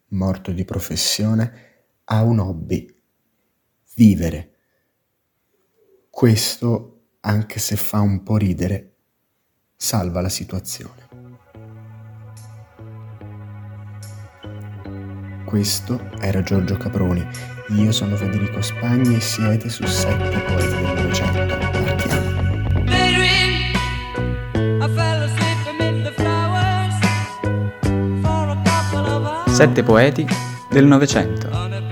morto di professione, ha un hobby: vivere. Questo, anche se fa un po' ridere, salva la situazione. Questo era Giorgio Caproni, io sono Federico Spagni e siete su 7 Poeti del Novecento. Partiamo. Sette poeti del Novecento.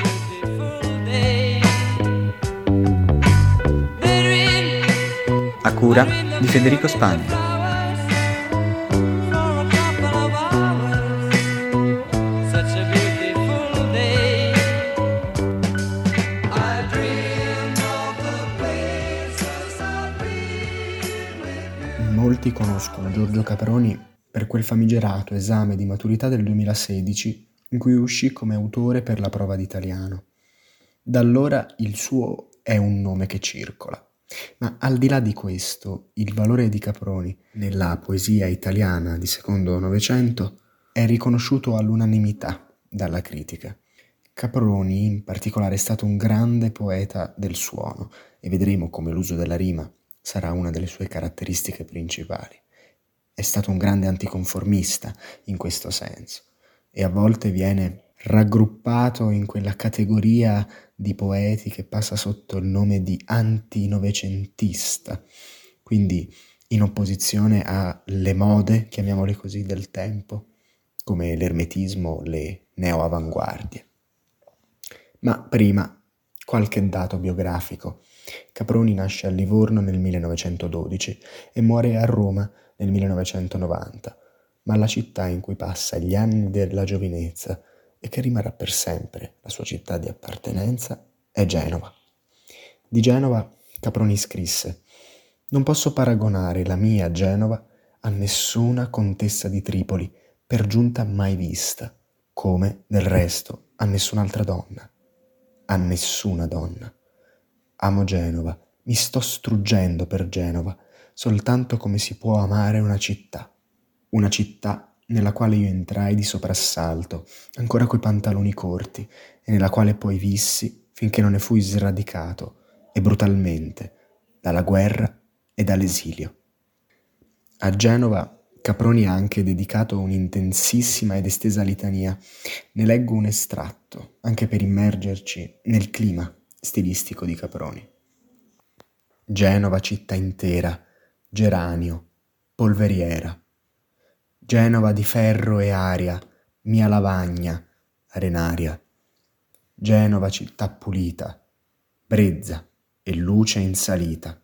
A cura di Federico Spagni. Molti conoscono Giorgio Caproni per quel famigerato esame di maturità del 2016 in cui uscì come autore per la prova d'italiano. Da allora il suo è un nome che circola. Ma al di là di questo, il valore di Caproni nella poesia italiana di secondo Novecento è riconosciuto all'unanimità dalla critica. Caproni in particolare è stato un grande poeta del suono e vedremo come l'uso della rima sarà una delle sue caratteristiche principali. È stato un grande anticonformista in questo senso e a volte viene raggruppato in quella categoria di poeti che passa sotto il nome di antinovecentista, quindi in opposizione alle mode, chiamiamole così, del tempo, come l'ermetismo o le neoavanguardie. Ma prima, qualche dato biografico. Caproni nasce a Livorno nel 1912 e muore a Roma nel 1990, ma la città in cui passa gli anni della giovinezza e che rimarrà per sempre la sua città di appartenenza è Genova. Di Genova Caproni scrisse: «Non posso paragonare la mia Genova a nessuna contessa di Tripoli, per giunta mai vista, come, del resto, a nessun'altra donna. A nessuna donna. Amo Genova, mi sto struggendo per Genova, soltanto come si può amare una città nella quale io entrai di soprassalto, ancora coi pantaloni corti, e nella quale poi vissi finché non ne fui sradicato, e brutalmente, dalla guerra e dall'esilio». A Genova Caproni ha anche dedicato un'intensissima ed estesa litania. Ne leggo un estratto, anche per immergerci nel clima stilistico di Caproni. Genova città intera, geranio, polveriera. Genova di ferro e aria, mia lavagna, arenaria. Genova città pulita, brezza e luce in salita.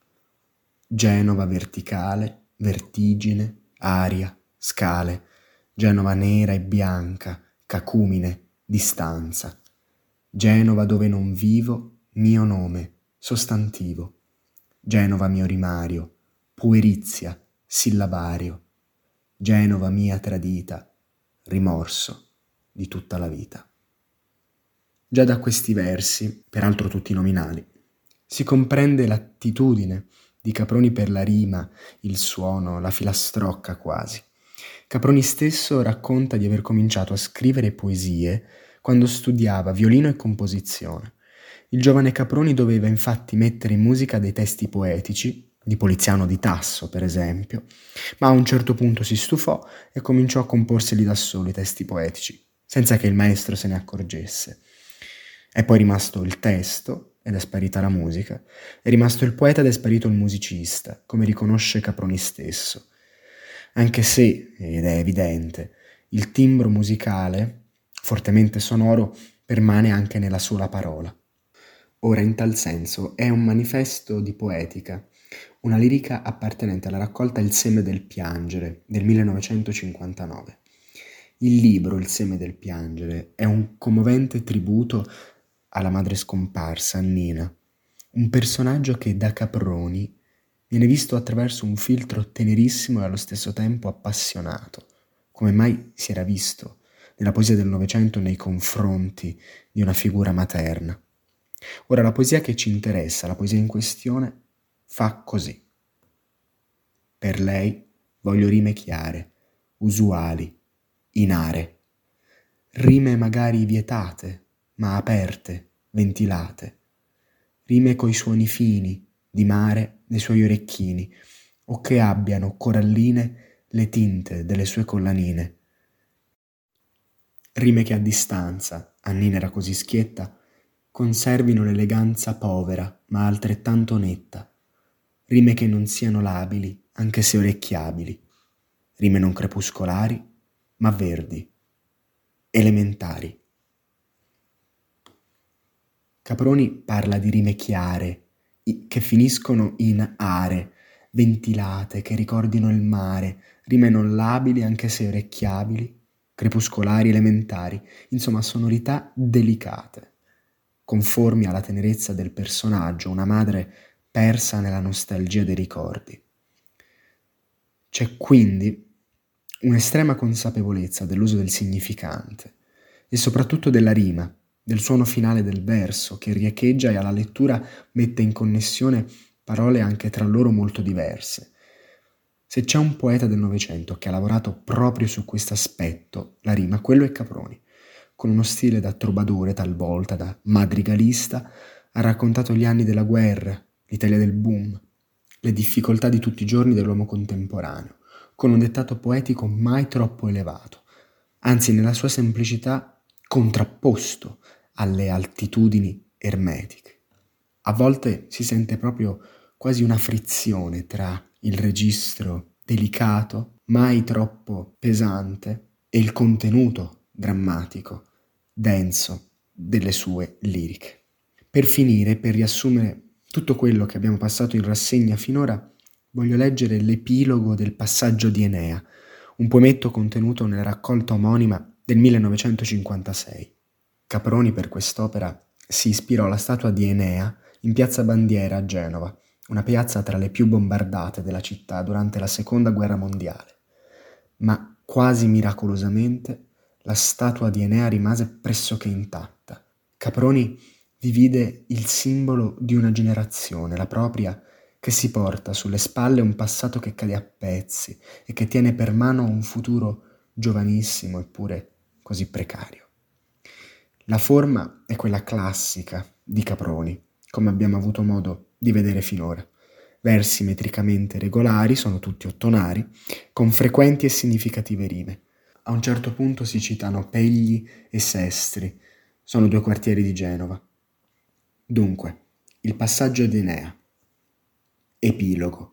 Genova verticale, vertigine, aria, scale. Genova nera e bianca, cacumine, distanza. Genova dove non vivo, mio nome, sostantivo. Genova mio rimario, puerizia, sillabario. Genova mia tradita, rimorso di tutta la vita. Già da questi versi, peraltro tutti nominali, si comprende l'attitudine di Caproni per la rima, il suono, la filastrocca quasi. Caproni stesso racconta di aver cominciato a scrivere poesie quando studiava violino e composizione. Il giovane Caproni doveva infatti mettere in musica dei testi poetici, di Poliziano di Tasso per esempio, ma a un certo punto si stufò e cominciò a comporseli da solo i testi poetici, senza che il maestro se ne accorgesse. È poi rimasto il testo ed è sparita la musica, è rimasto il poeta ed è sparito il musicista, come riconosce Caproni stesso. Anche se, ed è evidente, il timbro musicale, fortemente sonoro, permane anche nella sola parola. Ora, in tal senso, è un manifesto di poetica, una lirica appartenente alla raccolta Il seme del piangere del 1959. Il libro Il seme del piangere è un commovente tributo alla madre scomparsa, Annina, un personaggio che da Caproni viene visto attraverso un filtro tenerissimo e allo stesso tempo appassionato, come mai si era visto nella poesia del Novecento nei confronti di una figura materna. Ora, la poesia che ci interessa, la poesia in questione, fa così. Per lei voglio rime chiare, usuali, in are. rime magari vietate, ma aperte, ventilate, rime coi suoni fini di mare dei suoi orecchini, o che abbiano coralline le tinte delle sue collanine. Rime che a distanza, Annina era così schietta, conservino l'eleganza povera ma altrettanto netta, rime che non siano labili anche se orecchiabili, rime non crepuscolari ma verdi, elementari. Caproni parla di rime chiare, che finiscono in are, ventilate, che ricordino il mare, rime non labili anche se orecchiabili, crepuscolari, elementari, insomma sonorità delicate, conformi alla tenerezza del personaggio, una madre persa nella nostalgia dei ricordi. C'è quindi un'estrema consapevolezza dell'uso del significante e soprattutto della rima, del suono finale del verso che riecheggia e alla lettura mette in connessione parole anche tra loro molto diverse. Se c'è un poeta del Novecento che ha lavorato proprio su questo aspetto, la rima, quello è Caproni. Con uno stile da trovadore talvolta, da madrigalista, ha raccontato gli anni della guerra, l'Italia del boom, le difficoltà di tutti i giorni dell'uomo contemporaneo, con un dettato poetico mai troppo elevato, anzi nella sua semplicità contrapposto alle altitudini ermetiche. A volte si sente proprio quasi una frizione tra il registro delicato, mai troppo pesante, e il contenuto drammatico, denso delle sue liriche. Per finire, per riassumere tutto quello che abbiamo passato in rassegna finora, voglio leggere l'epilogo del Passaggio di Enea, un poemetto contenuto nella raccolta omonima del 1956. Caproni per quest'opera si ispirò alla statua di Enea in Piazza Bandiera a Genova, una piazza tra le più bombardate della città durante la Seconda Guerra Mondiale. Ma quasi miracolosamente la statua di Enea rimase pressoché intatta. Caproni vi vide il simbolo di una generazione, la propria, che si porta sulle spalle un passato che cade a pezzi e che tiene per mano un futuro giovanissimo eppure così precario. La forma è quella classica di Caproni, come abbiamo avuto modo di vedere finora. Versi metricamente regolari, sono tutti ottonari, con frequenti e significative rime. A un certo punto si citano Pegli e Sestri, sono due quartieri di Genova. Dunque, il passaggio di Enea. Epilogo.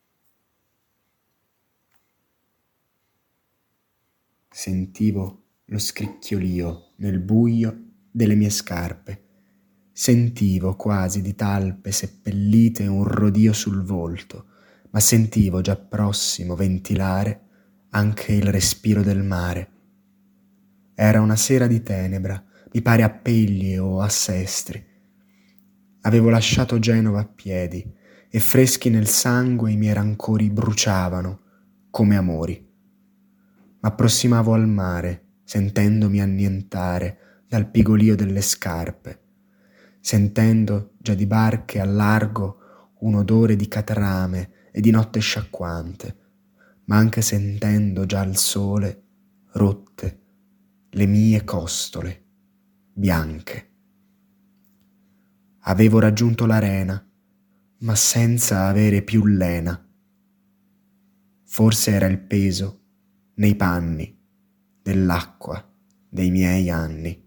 Sentivo lo scricchiolio nel buio delle mie scarpe. Sentivo quasi di talpe seppellite un rodio sul volto, ma sentivo già prossimo ventilare anche il respiro del mare. Era una sera di tenebra, mi pare a Pegli o a Sestri. Avevo lasciato Genova a piedi e freschi nel sangue i miei rancori bruciavano come amori. M'approssimavo al mare, sentendomi annientare dal pigolio delle scarpe, sentendo già di barche al largo un odore di catrame e di notte sciacquante, ma anche sentendo già al sole rotte le mie costole bianche. Avevo raggiunto l'arena, ma senza avere più lena. Forse era il peso nei panni dell'acqua dei miei anni.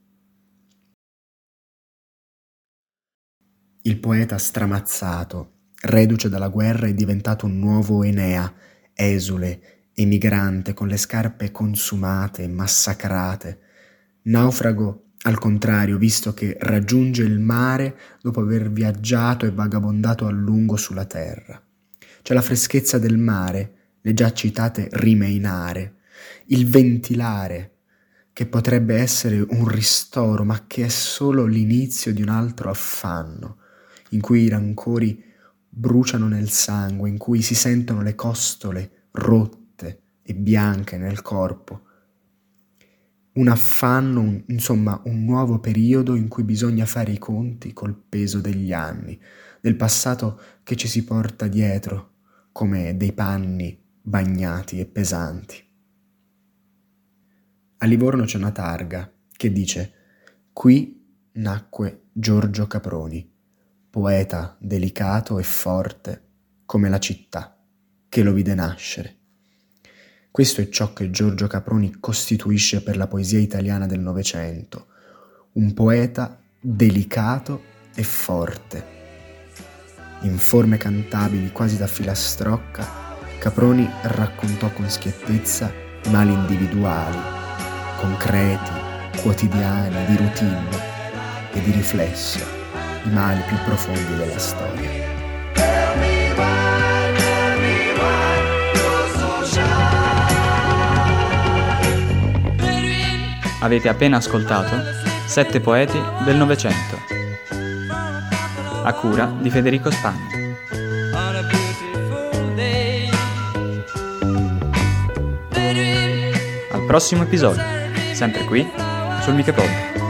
Il poeta stramazzato, reduce dalla guerra, è diventato un nuovo Enea, esule, emigrante, con le scarpe consumate e massacrate. Naufrago, al contrario, visto che raggiunge il mare dopo aver viaggiato e vagabondato a lungo sulla terra. C'è la freschezza del mare, le già citate rime in are, il ventilare, che potrebbe essere un ristoro, ma che è solo l'inizio di un altro affanno, in cui i rancori bruciano nel sangue, in cui si sentono le costole rotte e bianche nel corpo. Un affanno, insomma un nuovo periodo in cui bisogna fare i conti col peso degli anni, del passato che ci si porta dietro come dei panni bagnati e pesanti. A Livorno c'è una targa che dice: «Qui nacque Giorgio Caproni, poeta delicato e forte come la città che lo vide nascere». Questo è ciò che Giorgio Caproni costituisce per la poesia italiana del Novecento, un poeta delicato e forte. In forme cantabili quasi da filastrocca, Caproni raccontò con schiettezza i mali individuali, concreti, quotidiani, di routine e di riflesso, i mali più profondi della storia. Avete appena ascoltato 7 poeti del Novecento, a cura di Federico Spagna. Al prossimo episodio, sempre qui sul Michepod.